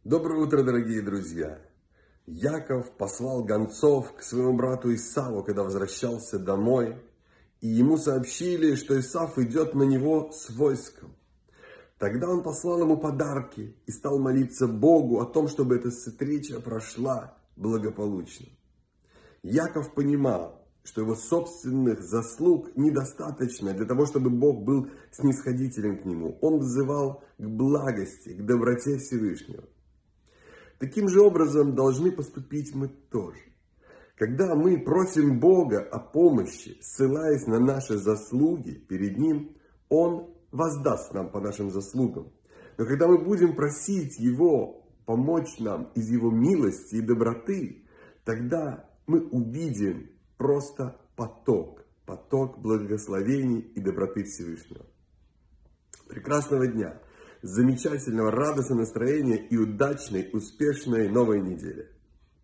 Доброе утро, дорогие друзья! Яков послал гонцов к своему брату Исаву, когда возвращался домой, и ему сообщили, что Исав идет на него с войском. Тогда он послал ему подарки и стал молиться Богу о том, чтобы эта встреча прошла благополучно. Яков понимал, что его собственных заслуг недостаточно для того, чтобы Бог был снисходителен к нему. Он взывал к благости, к доброте Всевышнего. Таким же образом должны поступить мы тоже. Когда мы просим Бога о помощи, ссылаясь на наши заслуги перед Ним, Он воздаст нам по нашим заслугам. Но когда мы будем просить Его помочь нам из Его милости и доброты, тогда мы увидим просто поток благословений и доброты Всевышнего. Прекрасного дня! Замечательного, радостного настроения и удачной, успешной новой недели.